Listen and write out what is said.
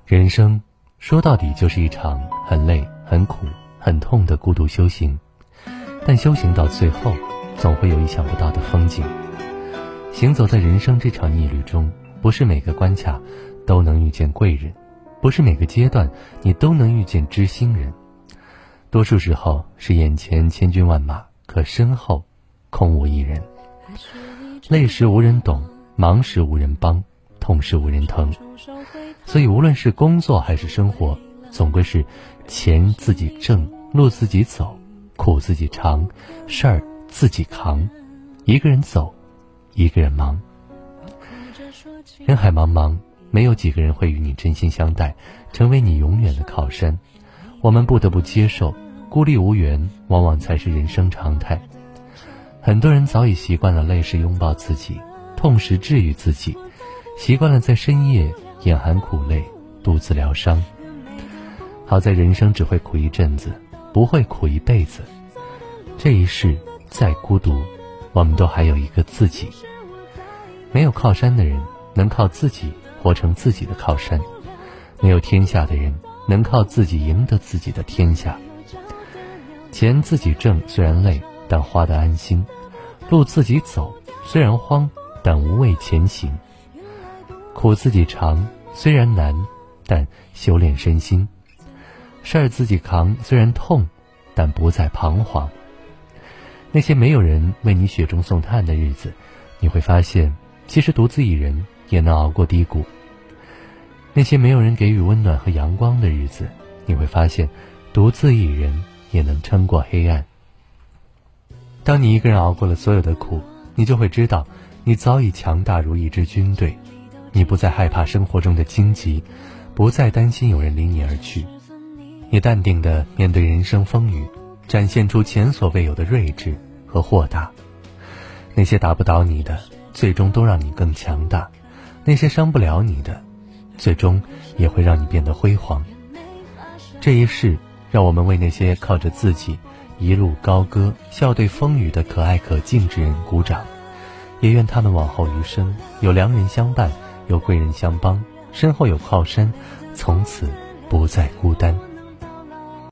人生说到底就是一场很累、很苦、很痛的孤独修行，但修行到最后，总会有意想不到的风景。行走在人生这场逆旅中，不是每个关卡都能遇见贵人，不是每个阶段你都能遇见知心人。多数时候是眼前千军万马，可身后空无一人。累时无人懂，忙时无人帮，痛时无人疼。所以无论是工作还是生活，总归是钱自己挣，路自己走，苦自己尝，事儿自己扛，一个人走，一个人忙。人海茫茫，没有几个人会与你真心相待，成为你永远的靠山。我们不得不接受，孤立无援往往才是人生常态。很多人早已习惯了累时拥抱自己，痛时治愈自己，习惯了在深夜眼含苦泪，独自疗伤。好在人生只会苦一阵子，不会苦一辈子。这一世再孤独，我们都还有一个自己。没有靠山的人，能靠自己活成自己的靠山；没有天下的人，能靠自己赢得自己的天下。钱自己挣虽然累，但花得安心；路自己走虽然荒，但无畏前行；苦自己尝虽然难，但修炼身心；事儿自己扛虽然痛，但不再彷徨。那些没有人为你雪中送炭的日子，你会发现其实独自一人也能熬过低谷。那些没有人给予温暖和阳光的日子，你会发现独自一人也能撑过黑暗。当你一个人熬过了所有的苦，你就会知道你早已强大如一支军队。你不再害怕生活中的荆棘，不再担心有人离你而去。你淡定地面对人生风雨，展现出前所未有的睿智和豁达。那些打不倒你的，最终都让你更强大；那些伤不了你的，最终也会让你变得辉煌。这一世，让我们为那些靠着自己一路高歌笑对风雨的可爱可敬之人鼓掌，也愿他们往后余生有良人相伴，有贵人相帮，身后有靠山，从此不再孤单。